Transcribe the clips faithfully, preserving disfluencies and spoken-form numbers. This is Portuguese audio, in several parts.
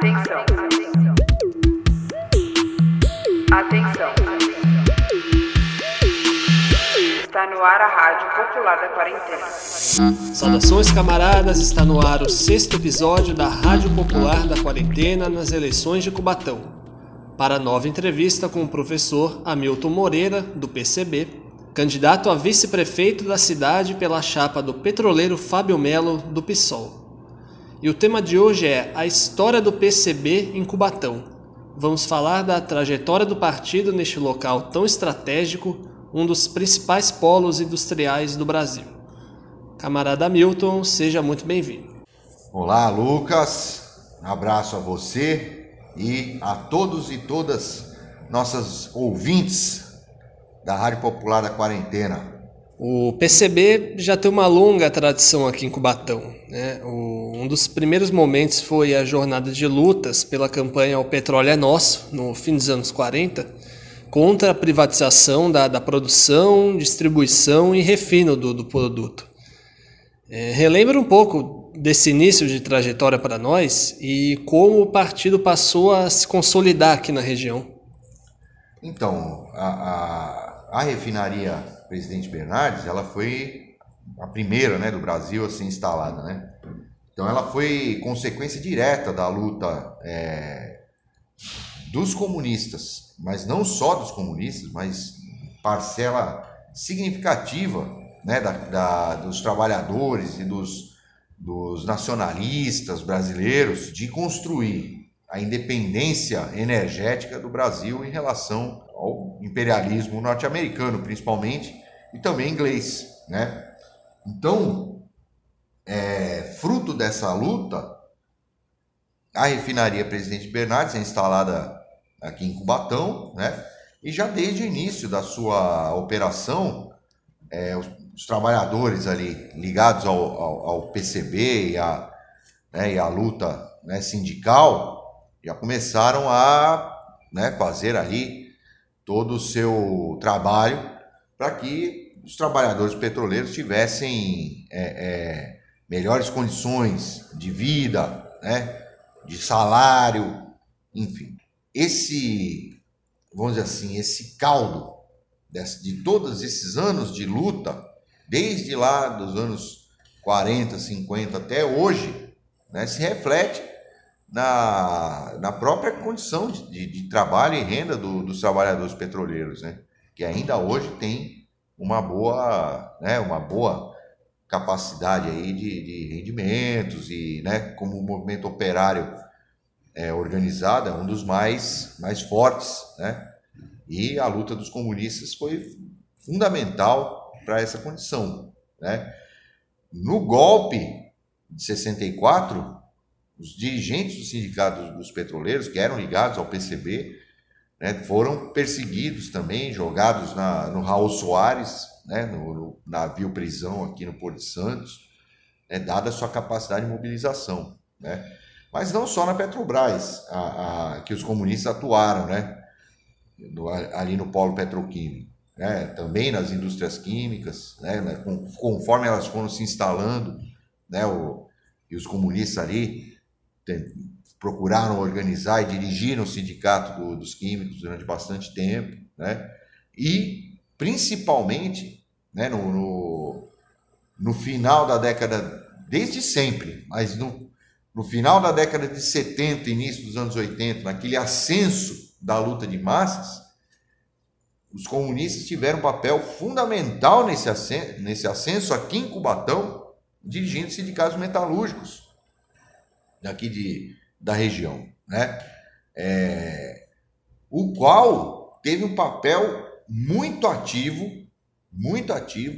Atenção. Atenção. Está no ar a Rádio Popular da Quarentena. Saudações, camaradas, está no ar o sexto episódio da Rádio Popular da Quarentena nas eleições de Cubatão. Para a nova entrevista com o professor Hamilton Moreira, do P C B, candidato a vice-prefeito da cidade pela chapa do petroleiro Fábio Melo, do PSOL. E o tema de hoje é a história do P C B em Cubatão. Vamos falar da trajetória do partido neste local tão estratégico, um dos principais polos industriais do Brasil. Camarada Hamilton, seja muito bem-vindo. Olá, Lucas. Um abraço a você e a todos e todas nossas ouvintes da Rádio Popular da Quarentena. O P C B já tem uma longa tradição aqui em Cubatão, né? O, um dos primeiros momentos foi a jornada de lutas pela campanha O Petróleo é Nosso, no fim dos anos quarenta, contra a privatização da, da produção, distribuição e refino do, do produto. É, relembra um pouco desse início de trajetória para nós e como o partido passou a se consolidar aqui na região. Então, a, a, a refinaria Presidente Bernardes, ela foi a primeira, né, do Brasil a ser instalada, né? Então ela foi consequência direta da luta é, dos comunistas, mas não só dos comunistas, mas parcela significativa, né, da, da, dos trabalhadores e dos, dos nacionalistas brasileiros de construir a independência energética do Brasil em relação ao imperialismo norte-americano, principalmente, e também inglês, né? Então, é, fruto dessa luta, a refinaria Presidente Bernardes é instalada aqui em Cubatão, né? E já desde o início da sua operação, é, os, os trabalhadores ali ligados ao, ao, ao P C B e à né, e a luta, né, sindical já começaram a, né, fazer ali todo o seu trabalho para que os trabalhadores petroleiros tivessem é, é, melhores condições de vida, né, de salário, enfim. Esse, vamos dizer assim, esse caldo desse, de todos esses anos de luta, desde lá dos anos quarenta, cinquenta até hoje, né, se reflete Na, na própria condição de, de, de trabalho e renda do, dos trabalhadores petroleiros, né? Que ainda hoje tem uma boa, né, uma boa capacidade aí de, de rendimentos e, né, como o movimento operário é, organizado é um dos mais, mais fortes, né? E a luta dos comunistas foi fundamental para essa condição, né? No golpe de sessenta e quatro, os dirigentes do sindicato dos petroleiros, que eram ligados ao P C B, né, foram perseguidos também, jogados na, no Raul Soares, né, no, no navio prisão aqui no Porto de Santos, né, dada a sua capacidade de mobilização, né. Mas não só na Petrobras, a, a, que os comunistas atuaram, né, no, ali no polo petroquímico, né, também nas indústrias químicas, né, conforme elas foram se instalando, né, o, e os comunistas ali procuraram organizar e dirigiram o sindicato do, dos químicos durante bastante tempo, né? E principalmente, né, no, no, no final da década, desde sempre, mas no, no final da década de setenta, início dos anos oitenta, naquele ascenso da luta de massas, os comunistas tiveram um papel fundamental nesse ascenso, nesse ascenso aqui em Cubatão, dirigindo sindicatos metalúrgicos daqui de, da região, né? É, o qual teve um papel muito ativo, muito ativo,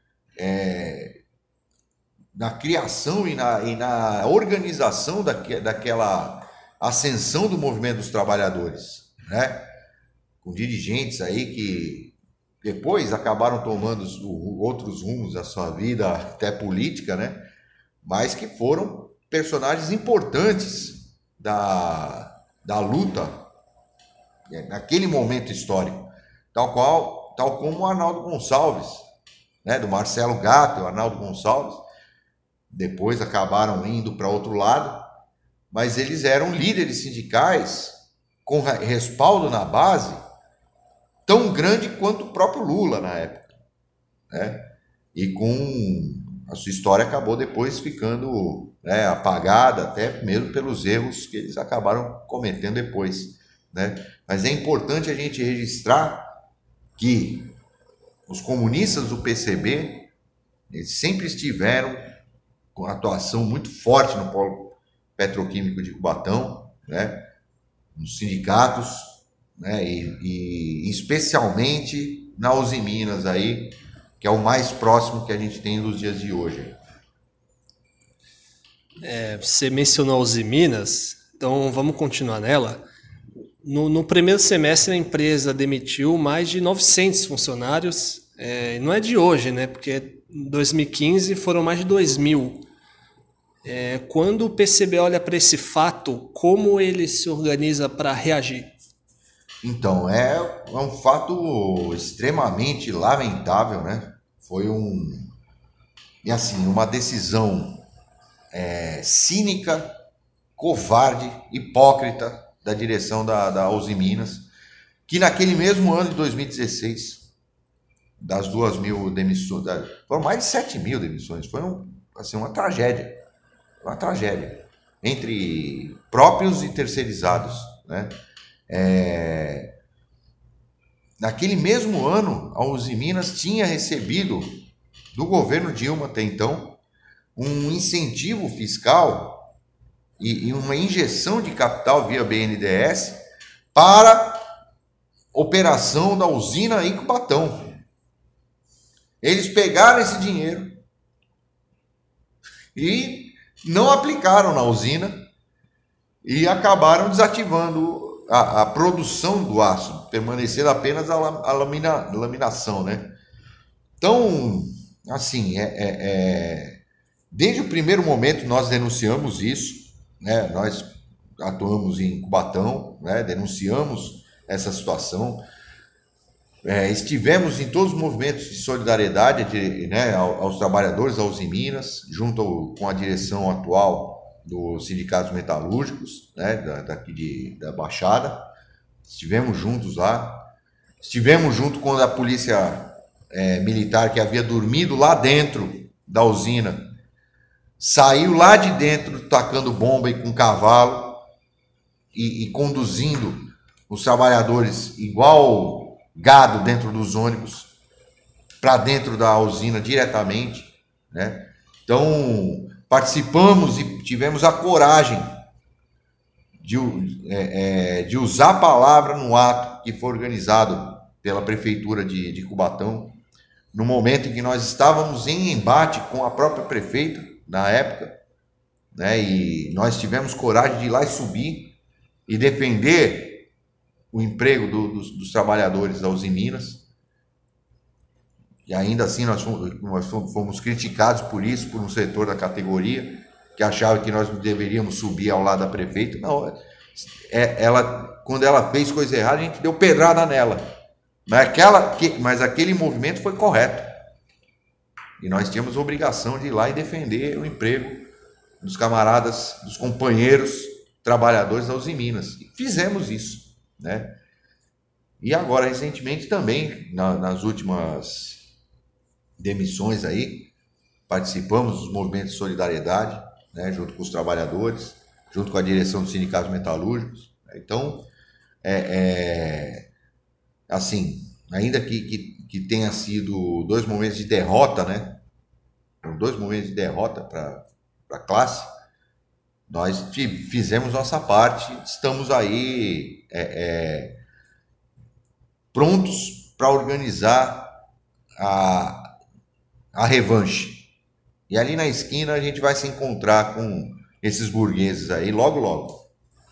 é, na criação e na, e na organização daque, daquela ascensão do movimento dos trabalhadores, né? Com dirigentes aí que depois acabaram tomando outros rumos da sua vida, até política, né? Mas que foram personagens importantes da, da luta naquele momento histórico, tal qual, tal como o Arnaldo Gonçalves, né, do Marcelo Gato e o Arnaldo Gonçalves, depois acabaram indo para outro lado, mas eles eram líderes sindicais com respaldo na base tão grande quanto o próprio Lula na época, né? E com a sua história acabou depois ficando, né, apagada, até mesmo pelos erros que eles acabaram cometendo depois, né? Mas é importante a gente registrar que os comunistas do P C B, eles sempre estiveram com atuação muito forte no polo petroquímico de Cubatão, né, nos sindicatos, né, e, e especialmente na Uzi Minas aí, que é o mais próximo que a gente tem nos dias de hoje. É, você mencionou a Uzi Minas, então vamos continuar nela. No, no primeiro semestre a empresa demitiu mais de novecentos funcionários, é, não é de hoje, né, porque em dois mil e quinze foram mais de dois mil. É, quando o P C B olha para esse fato, como ele se organiza para reagir? Então, é, é um fato extremamente lamentável, né? Foi um, e assim, uma decisão é, cínica, covarde, hipócrita da direção da, da Uzi Minas, que naquele mesmo ano de dois mil e dezesseis, das duas mil demissões, foram mais de sete mil demissões, foi um, assim, uma tragédia, uma tragédia, entre próprios e terceirizados, né? É... Naquele mesmo ano, a Uzi Minas tinha recebido do governo Dilma até então um incentivo fiscal e, e uma injeção de capital via B N D E S para operação da usina em Cubatão. Eles pegaram esse dinheiro e não aplicaram na usina e acabaram desativando A, a produção do aço, permanecendo apenas a, a lamina, laminação, né? Então, assim, é, é, é, desde o primeiro momento nós denunciamos isso, né? Nós atuamos em Cubatão, né? Denunciamos essa situação, é, estivemos em todos os movimentos de solidariedade, de, né, aos, aos trabalhadores da Uzi Minas, junto ao, com a direção atual dos sindicatos metalúrgicos, né, daqui de, da Baixada. Estivemos juntos lá, estivemos junto quando a polícia é, militar, que havia dormido lá dentro da usina, saiu lá de dentro tacando bomba e com cavalo e, e conduzindo os trabalhadores igual gado dentro dos ônibus para dentro da usina diretamente, né? Então participamos e tivemos a coragem de, é, é, de usar a palavra no ato que foi organizado pela Prefeitura de, de Cubatão, no momento em que nós estávamos em embate com a própria prefeita, na época, né, e nós tivemos coragem de ir lá e subir e defender o emprego do, dos, dos trabalhadores da Uzi Minas. E ainda assim nós fomos, nós fomos criticados por isso, por um setor da categoria, que achava que nós deveríamos subir ao lado da prefeita. Não, é, ela, quando ela fez coisa errada, a gente deu pedrada nela. Mas, aquela, que, mas aquele movimento foi correto. E nós tínhamos a obrigação de ir lá e defender o emprego dos camaradas, dos companheiros trabalhadores da Uzi Minas. E fizemos isso, né? E agora, recentemente, também, na, nas últimas demissões aí, participamos dos movimentos de solidariedade, né, junto com os trabalhadores, junto com a direção dos sindicatos metalúrgicos. Então, é, é, assim, ainda que, que, que tenha sido dois momentos de derrota, né, dois momentos de derrota para a classe, nós fizemos nossa parte, estamos aí é, é, prontos para organizar a a revanche. E ali na esquina a gente vai se encontrar com esses burgueses aí logo, logo.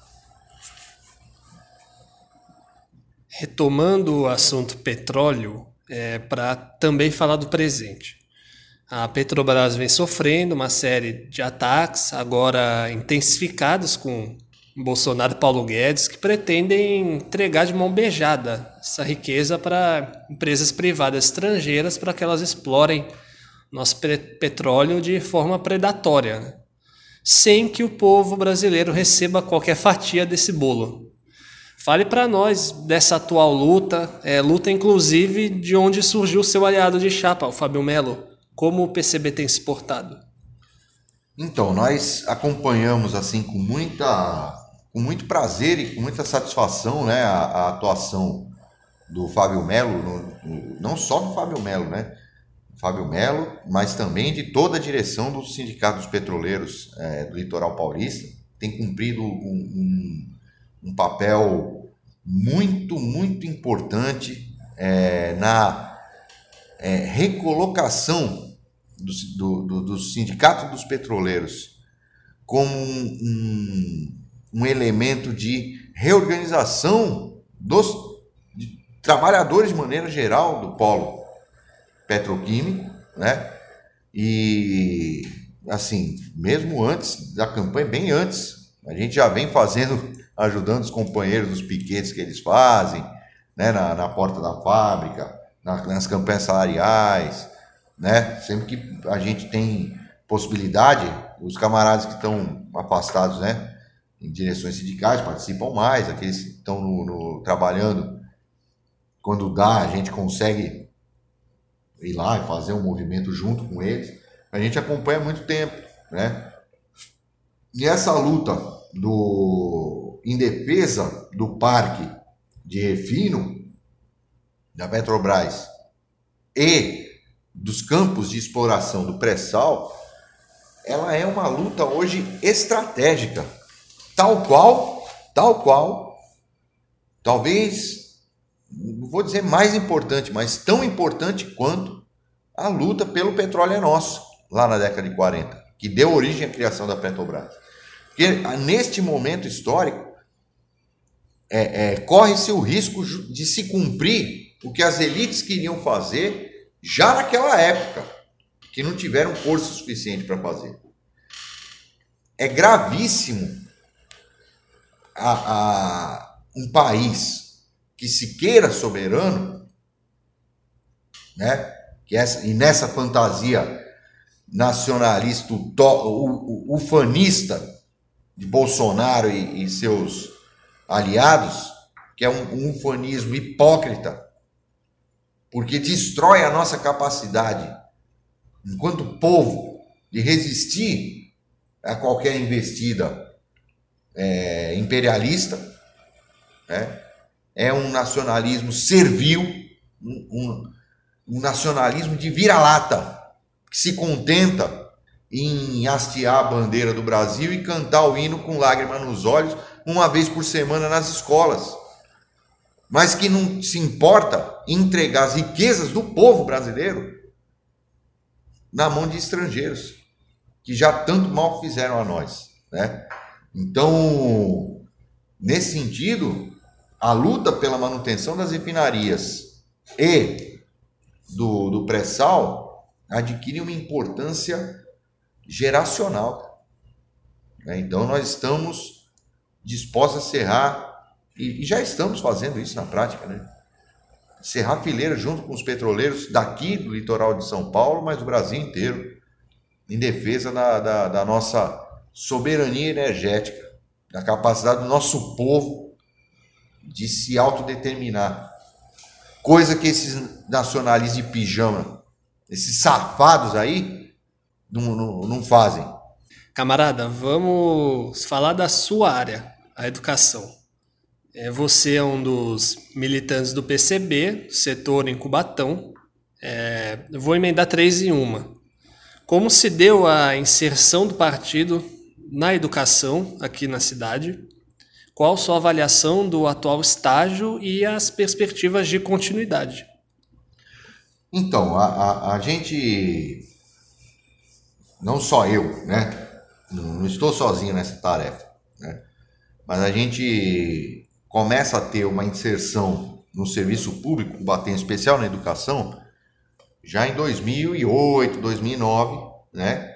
Retomando o assunto petróleo, é, para também falar do presente. A Petrobras vem sofrendo uma série de ataques, agora intensificados com Bolsonaro e Paulo Guedes, que pretendem entregar de mão beijada essa riqueza para empresas privadas estrangeiras para que elas explorem nosso petróleo de forma predatória. sem que o povo brasileiro receba qualquer fatia desse bolo. Fale para nós dessa atual luta, é, luta inclusive de onde surgiu o seu aliado de chapa, o Fábio Melo. Como o P C B tem se portado? Então, nós acompanhamos assim com muita, com muito prazer e com muita satisfação, né, a, a atuação do Fábio Melo, no, no, não só do Fábio Melo, né, Fábio Melo, mas também de toda a direção do Sindicato dos Petroleiros é, do Litoral Paulista. Tem cumprido um, um, um papel muito, muito importante é, na é, recolocação do, do, do, do Sindicato dos Petroleiros como um, um, um elemento de reorganização dos de trabalhadores de maneira geral do polo petroquímico, né? E assim, mesmo antes da campanha, bem antes, a gente já vem fazendo, ajudando os companheiros nos piquetes que eles fazem, né? Na, na porta da fábrica, na, nas campanhas salariais, né? Sempre que a gente tem possibilidade, os camaradas que estão afastados, né, em direções sindicais participam mais, aqueles que estão no, no, trabalhando, quando dá, a gente consegue ir lá e fazer um movimento junto com eles. A gente acompanha há muito tempo, né? E essa luta do, em defesa do parque de refino da Petrobras e dos campos de exploração do pré-sal, ela é uma luta hoje estratégica, tal qual, tal qual, talvez, não vou dizer mais importante, mas tão importante quanto a luta pelo petróleo é nosso, lá na década de quarenta, que deu origem à criação da Petrobras. Porque neste momento histórico, é, é, corre-se o risco de se cumprir o que as elites queriam fazer já naquela época, que não tiveram força suficiente para fazer. É gravíssimo a, a, um país que se queira soberano, né? Que essa, e nessa fantasia nacionalista, ufanista de Bolsonaro e, e seus aliados, que é um, um ufanismo hipócrita, porque destrói a nossa capacidade, enquanto povo, de resistir a qualquer investida é, imperialista, né? É um nacionalismo servil, um, um, um nacionalismo de vira-lata, que se contenta em hastear a bandeira do Brasil e cantar o hino com lágrimas nos olhos uma vez por semana nas escolas, mas que não se importa em entregar as riquezas do povo brasileiro na mão de estrangeiros, que já tanto mal fizeram a nós, né? Então, nesse sentido, a luta pela manutenção das refinarias e do, do pré-sal adquire uma importância geracional, né? Então, nós estamos dispostos a serrar, e, e já estamos fazendo isso na prática, né? Serrar fileira junto com os petroleiros daqui do litoral de São Paulo, mas do Brasil inteiro, em defesa da, da, da nossa soberania energética, da capacidade do nosso povo de se autodeterminar. Coisa que esses nacionalistas de pijama, esses safados aí, não, não, não fazem. Camarada, vamos falar da sua área, a educação. É, você é um dos militantes do P C B, setor em Cubatão. É, eu vou emendar três em uma. Como se deu a inserção do partido na educação aqui na cidade? Qual sua avaliação do atual estágio e as perspectivas de continuidade? Então, a, a, a gente, não só eu, né? Não, não estou sozinho nessa tarefa, né? Mas a gente começa a ter uma inserção no serviço público, batendo especial na educação, já em dois mil e oito, dois mil e nove, né?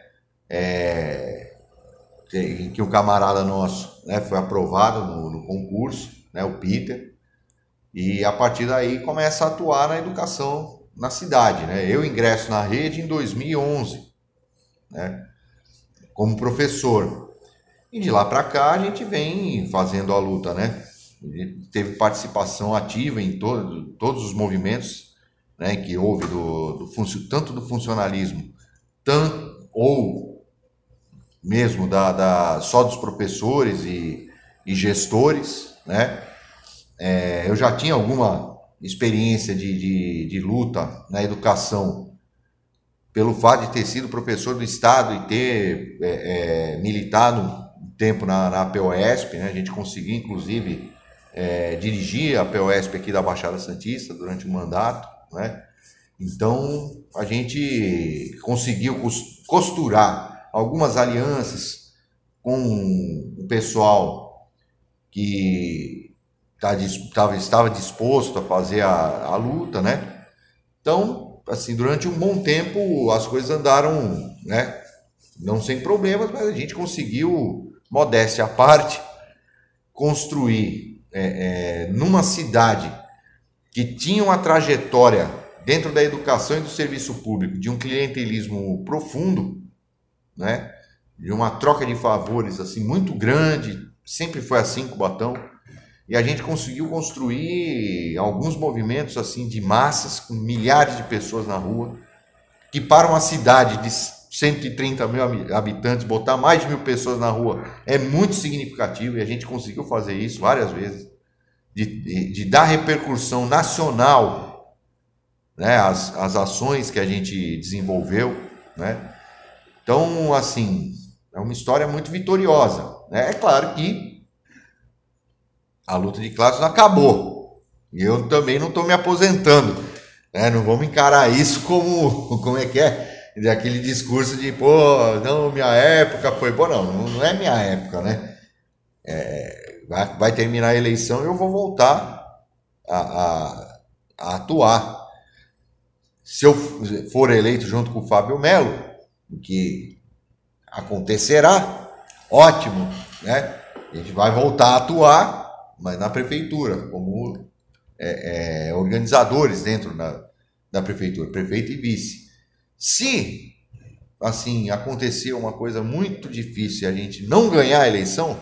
É, em que um camarada nosso, né, foi aprovado no, no concurso, né, o Peter, e a partir daí começa a atuar na educação na cidade, né? Eu ingresso na rede em dois mil e onze, né? como professor. E de lá para cá a gente vem fazendo a luta, né? Teve participação ativa em todo, todos os movimentos, né, que houve do, do, tanto do funcionalismo, tanto, ou mesmo da, da, só dos professores e, e gestores, né? É, eu já tinha alguma experiência de, de, de luta na educação pelo fato de ter sido professor do Estado e ter é, é, militado um tempo na, na P O E S P, né? A gente conseguiu, inclusive, é, dirigir a P O E S P aqui da Baixada Santista durante o mandato, né? Então, a gente conseguiu costurar algumas alianças com o pessoal que tava, estava disposto a fazer a, a luta, né? Então, assim, durante um bom tempo as coisas andaram, né? Não sem problemas, mas a gente conseguiu, modéstia à parte, construir é, é, numa cidade que tinha uma trajetória dentro da educação e do serviço público de um clientelismo profundo, né? De uma troca de favores assim muito grande, sempre foi assim em Cubatão, e a gente conseguiu construir alguns movimentos assim de massas, com milhares de pessoas na rua, que para uma cidade de cento e trinta mil habitantes, botar mais de mil pessoas na rua é muito significativo, e a gente conseguiu fazer isso várias vezes, de, de, de dar repercussão nacional, né, as, as ações que a gente desenvolveu, né? Então, assim, é uma história muito vitoriosa, né? É claro que a luta de classes não acabou, e eu também não estou me aposentando, né? Não vamos encarar isso como, como é que é, aquele discurso de, pô, não, minha época foi boa. Não, não é minha época, né? É, vai, vai terminar a eleição e eu vou voltar a, a, a atuar. Se eu for eleito junto com o Fábio Melo, o que acontecerá, ótimo, né? A gente vai voltar a atuar, mas na prefeitura, como é, é, organizadores dentro da, da prefeitura, prefeito e vice. Se, assim, acontecer uma coisa muito difícil e a gente não ganhar a eleição,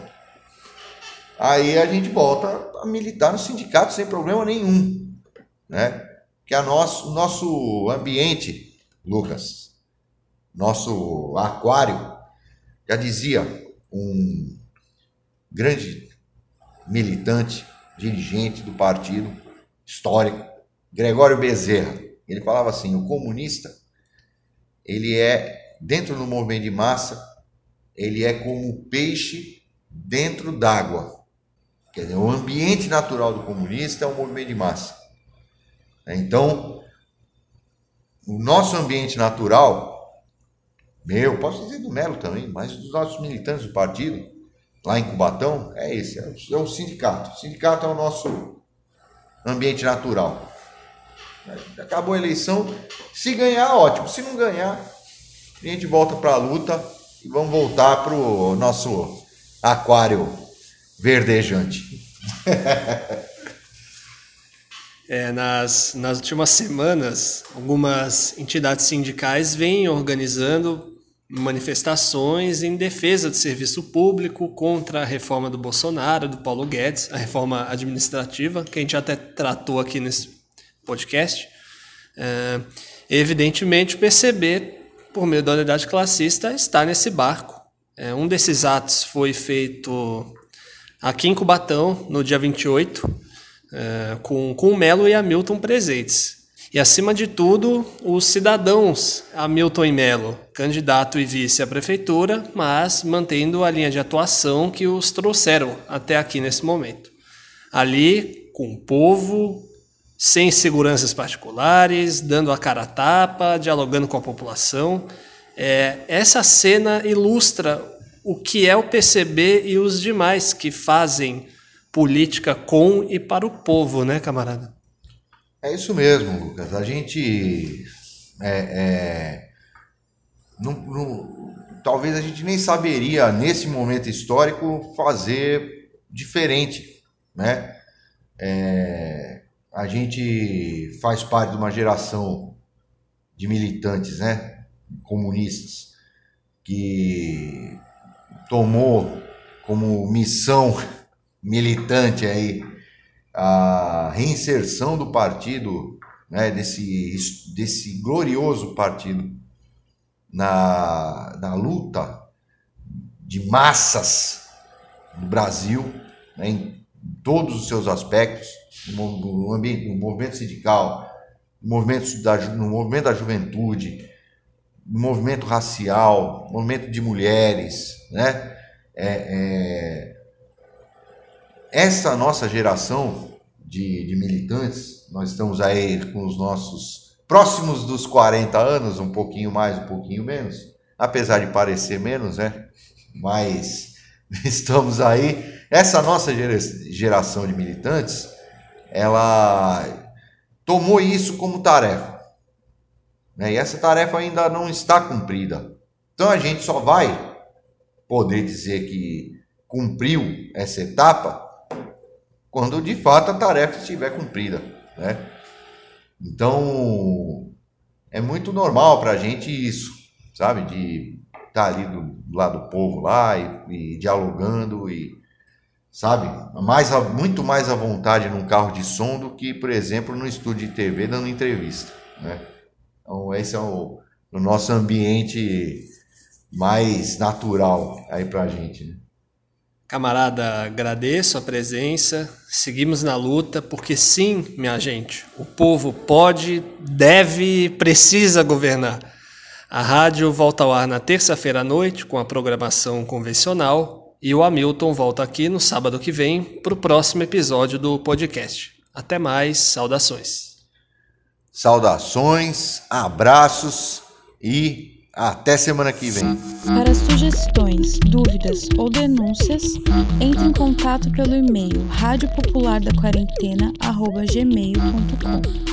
aí a gente volta a militar no sindicato sem problema nenhum, né? Que a nosso, o nosso ambiente, Lucas, nosso aquário, já dizia um grande militante, dirigente do partido histórico, Gregório Bezerra. Ele falava assim: o comunista, ele é, dentro do movimento de massa, ele é como o peixe dentro d'água. Quer dizer, o ambiente natural do comunista é o movimento de massa. Então, o nosso ambiente natural, meu, posso dizer do Melo também, mas dos nossos militantes do partido, lá em Cubatão, é esse, é o, é o sindicato. O sindicato é o nosso ambiente natural. Acabou a eleição, se ganhar, ótimo. Se não ganhar, a gente volta para a luta e vamos voltar para o nosso aquário verdejante. É, nas, nas últimas semanas, algumas entidades sindicais vêm organizando manifestações em defesa do serviço público, contra a reforma do Bolsonaro, do Paulo Guedes, a reforma administrativa, que a gente até tratou aqui nesse podcast. É, evidentemente, o P C B, por meio da unidade classista, está nesse barco. É, um desses atos foi feito aqui em Cubatão, no dia vinte e oito, é, com, com o Melo e Hamilton presentes. E, acima de tudo, os cidadãos Hamilton e Melo, candidato e vice à prefeitura, mas mantendo a linha de atuação que os trouxeram até aqui nesse momento. Ali, com o povo, sem seguranças particulares, dando a cara a tapa, dialogando com a população. É, essa cena ilustra o que é o P C B e os demais que fazem política com e para o povo, né, camarada? É isso mesmo, Lucas. A gente é, é, não, não, talvez a gente nem saberia, nesse momento histórico, fazer diferente, né? É, a gente faz parte de uma geração de militantes, né, comunistas, que tomou como missão militante aí a reinserção do partido, né, desse, desse glorioso partido na, na luta de massas no Brasil, né, em todos os seus aspectos, no, ambiente, no movimento sindical, no movimento da, no movimento da juventude, no movimento racial, no movimento de mulheres, né? É, é, essa nossa geração de, de militantes, nós estamos aí com os nossos próximos dos quarenta anos, um pouquinho mais, um pouquinho menos, apesar de parecer menos, né? Mas estamos aí. Essa nossa geração de militantes, ela tomou isso como tarefa, né? E essa tarefa ainda não está cumprida. Então a gente só vai poder dizer que cumpriu essa etapa quando de fato a tarefa estiver cumprida, né? Então é muito normal para a gente isso, sabe? De estar ali do, do lado do povo lá e, e dialogando e, sabe? Mais, muito mais à vontade num carro de som do que, por exemplo, no estúdio de T V dando entrevista, né? Então esse é o, o nosso ambiente mais natural aí pra gente, né? Camarada, agradeço a presença, seguimos na luta, porque sim, minha gente, o povo pode, deve, precisa governar. A rádio volta ao ar na terça-feira à noite com a programação convencional e o Hamilton volta aqui no sábado que vem para o próximo episódio do podcast. Até mais, saudações. Saudações, abraços e até semana que vem. Para sugestões, dúvidas ou denúncias, entre em contato pelo e-mail rádio popular da quarentena arroba gmail ponto com.